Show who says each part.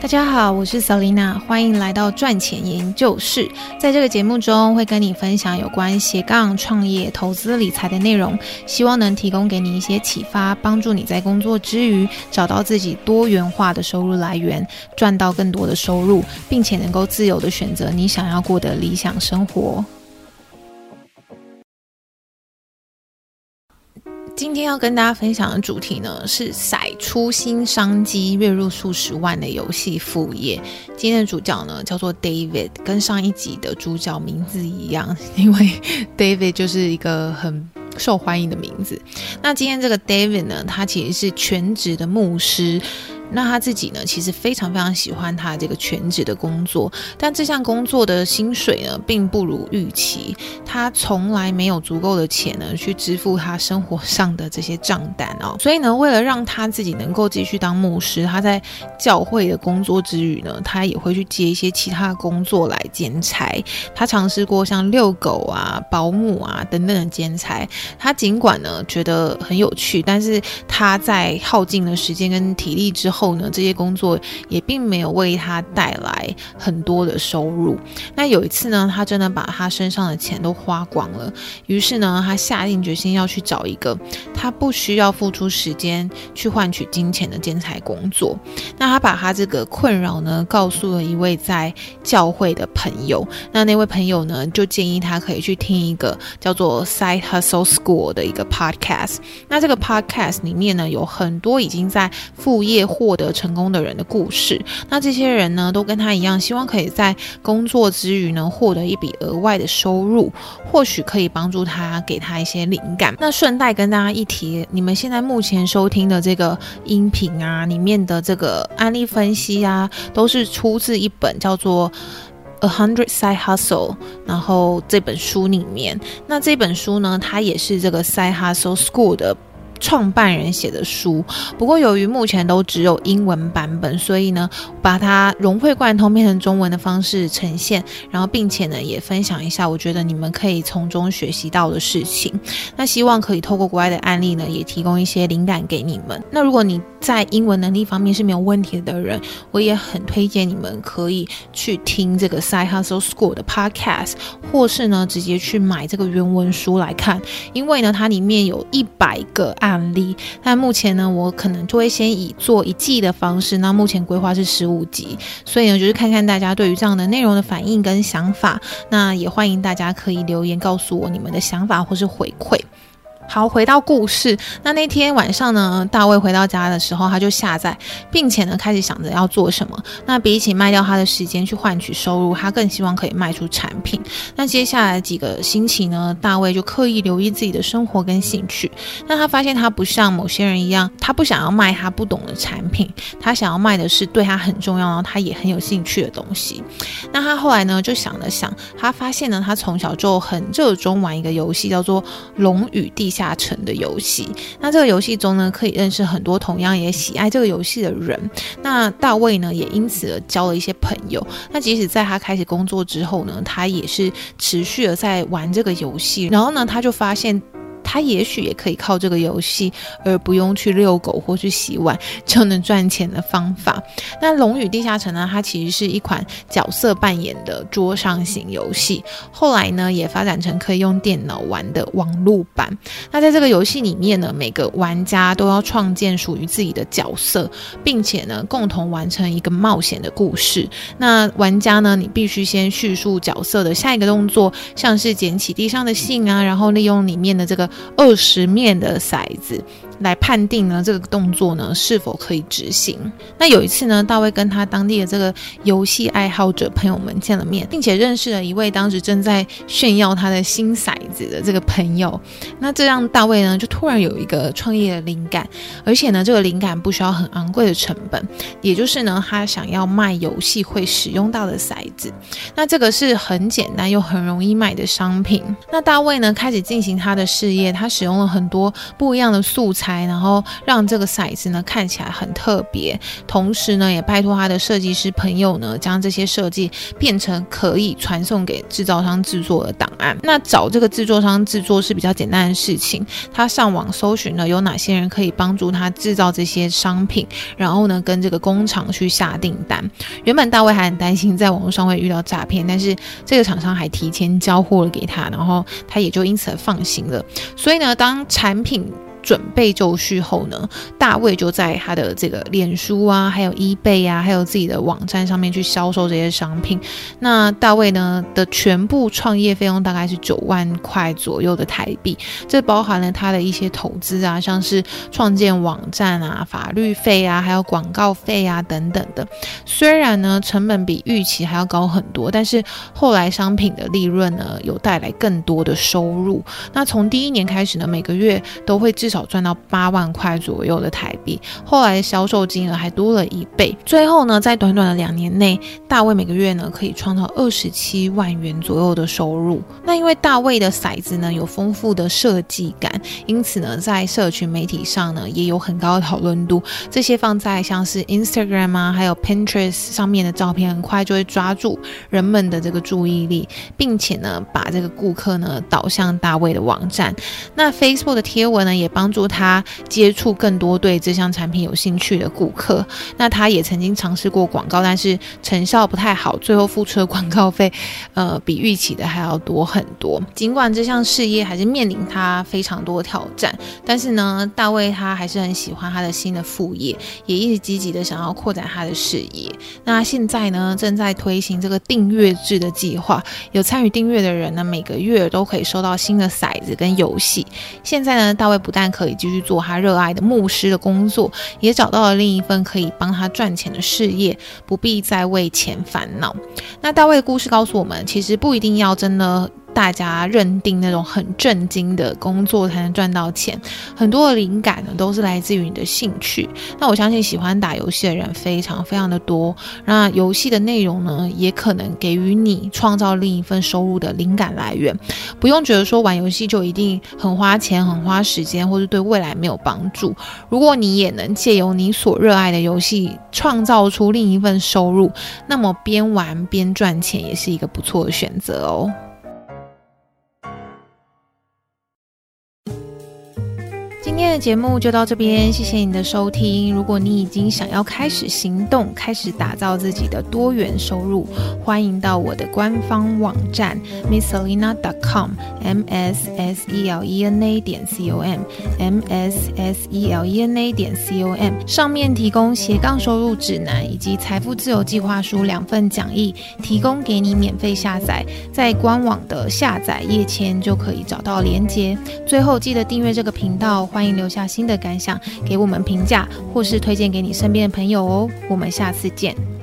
Speaker 1: 大家好，我是 Selina， 欢迎来到赚钱研究室。在这个节目中会跟你分享有关斜杠创业、投资理财的内容，希望能提供给你一些启发，帮助你在工作之余找到自己多元化的收入来源，赚到更多的收入，并且能够自由的选择你想要过的理想生活。今天要跟大家分享的主题呢，是甩出新商机，月入数十万的游戏副业。今天的主角呢叫做 David， 跟上一集的主角名字一样，因为 David 就是一个很受欢迎的名字。那今天这个 David 呢，他其实是全职的牧师。那他自己呢，其实非常非常喜欢他这个全职的工作，但这项工作的薪水呢，并不如预期。他从来没有足够的钱呢，去支付他生活上的这些账单哦。所以呢，为了让他自己能够继续当牧师，他在教会的工作之余呢，他也会去接一些其他的工作来兼差。他尝试过像遛狗啊、保姆啊等等的兼差。他尽管呢觉得很有趣，但是他在耗尽了时间跟体力之后呢，这些工作也并没有为他带来很多的收入。那有一次呢，他真的把他身上的钱都花光了，于是呢，他下定决心要去找一个他不需要付出时间去换取金钱的兼差工作。那他把他这个困扰呢，告诉了一位在教会的朋友。那位朋友呢，就建议他可以去听一个叫做 Side Hustle School 的一个 podcast。那这个 podcast 里面呢，有很多已经在副业获得成功的人的故事。那这些人呢，都跟他一样，希望可以在工作之余呢，获得一笔额外的收入，或许可以帮助他，给他一些灵感。那顺带跟大家一提，你们现在目前收听的这个音频啊，里面的这个案例分析啊，都是出自一本叫做100 Side Hustle， 然后这本书里面，那这本书呢，它也是这个 Side Hustle School 的创办人写的书，不过由于目前都只有英文版本，所以呢，把它融会贯通变成中文的方式呈现，然后并且呢，也分享一下我觉得你们可以从中学习到的事情。那希望可以透过国外的案例呢，也提供一些灵感给你们。那如果你在英文能力方面是没有问题的人，我也很推荐你们可以去听这个 Side Hustle School 的 podcast， 或是呢，直接去买这个原文书来看，因为呢，它里面有100个案例。但目前呢，我可能就会先以做1季的方式，那目前规划是15集，所以呢，就是看看大家对于这样的内容的反应跟想法。那也欢迎大家可以留言告诉我你们的想法或是回馈。好，回到故事。那天晚上呢，大卫回到家的时候，他就下载，并且呢，开始想着要做什么。那比起卖掉他的时间去换取收入，他更希望可以卖出产品。那接下来几个星期呢，大卫就刻意留意自己的生活跟兴趣。那他发现他不像某些人一样，他不想要卖他不懂的产品，他想要卖的是对他很重要，然后他也很有兴趣的东西。那他后来呢，就想了想，他发现呢，他从小就很热衷玩一个游戏，叫做《龙与地下城》的游戏。那这个游戏中呢，可以认识很多同样也喜爱这个游戏的人。那大卫呢，也因此而交了一些朋友。那即使在他开始工作之后呢，他也是持续的在玩这个游戏。然后呢，他就发现他也许也可以靠这个游戏而不用去遛狗或去洗碗就能赚钱的方法。那《龙与地下城》呢，它其实是一款角色扮演的桌上型游戏，后来呢也发展成可以用电脑玩的网络版。那在这个游戏里面呢，每个玩家都要创建属于自己的角色，并且呢共同完成一个冒险的故事。那玩家呢，你必须先叙述角色的下一个动作，像是捡起地上的信啊，然后利用里面的这个20面的骰子来判定呢这个动作呢是否可以执行。那有一次呢，大卫跟他当地的这个游戏爱好者朋友们见了面，并且认识了一位当时正在炫耀他的新骰子的这个朋友。那这让大卫呢就突然有一个创业的灵感，而且呢这个灵感不需要很昂贵的成本，也就是呢他想要卖游戏会使用到的骰子。那这个是很简单又很容易卖的商品。那大卫呢开始进行他的事业，他使用了很多不一样的素材开，然后让这个骰子呢看起来很特别，同时呢也拜托他的设计师朋友呢将这些设计变成可以传送给制造商制作的档案。那找这个制作商制作是比较简单的事情，他上网搜寻了有哪些人可以帮助他制造这些商品，然后呢跟这个工厂去下订单。原本大卫还很担心在网络上会遇到诈骗，但是这个厂商还提前交货了给他，然后他也就因此而放心了。所以呢，当产品准备就绪后呢，大卫就在他的这个脸书啊，还有 eBay 啊，还有自己的网站上面去销售这些商品。那大卫呢的全部创业费用大概是9万块左右的台币，这包含了他的一些投资啊，像是创建网站啊、法律费啊，还有广告费啊等等的。虽然呢成本比预期还要高很多，但是后来商品的利润呢有带来更多的收入。那从第1年开始呢，每个月都会至少赚到8万块左右的台币，后来销售金额还多了1倍。最后呢，在短短的2年内，大卫每个月呢可以创造27万元左右的收入。那因为大卫的骰子呢有丰富的设计感，因此呢在社群媒体上呢也有很高的讨论度。这些放在像是 Instagram 啊，还有 Pinterest 上面的照片，很快就会抓住人们的这个注意力，并且呢把这个顾客呢导向大卫的网站。那 Facebook 的贴文呢也帮助他接触更多对这项产品有兴趣的顾客。那他也曾经尝试过广告，但是成效不太好，最后付出的广告费比预期的还要多很多。尽管这项事业还是面临他非常多的挑战，但是呢大卫他还是很喜欢他的新的副业，也一直积极的想要扩展他的事业。那现在呢正在推行这个订阅制的计划，有参与订阅的人呢每个月都可以收到新的骰子跟游戏。现在呢大卫不但可以继续做他热爱的牧师的工作，也找到了另一份可以帮他赚钱的事业，不必再为钱烦恼。那大卫的故事告诉我们，其实不一定要真的大家认定那种很正经的工作才能赚到钱，很多的灵感呢都是来自于你的兴趣。那我相信喜欢打游戏的人非常非常的多，那游戏的内容呢也可能给予你创造另一份收入的灵感来源。不用觉得说玩游戏就一定很花钱、很花时间，或是对未来没有帮助。如果你也能借由你所热爱的游戏创造出另一份收入，那么边玩边赚钱也是一个不错的选择哦。今天的节目就到这边，谢谢你的收听。如果你已经想要开始行动，开始打造自己的多元收入，欢迎到我的官方网站 misselena.com msselena.com msselena.com 上面提供斜杠收入指南以及财富自由计划书2份讲义，提供给你免费下载，在官网的下载页签就可以找到连结。最后记得订阅这个频道，欢迎留下新的感想，给我们评价，或是推荐给你身边的朋友哦。我们下次见。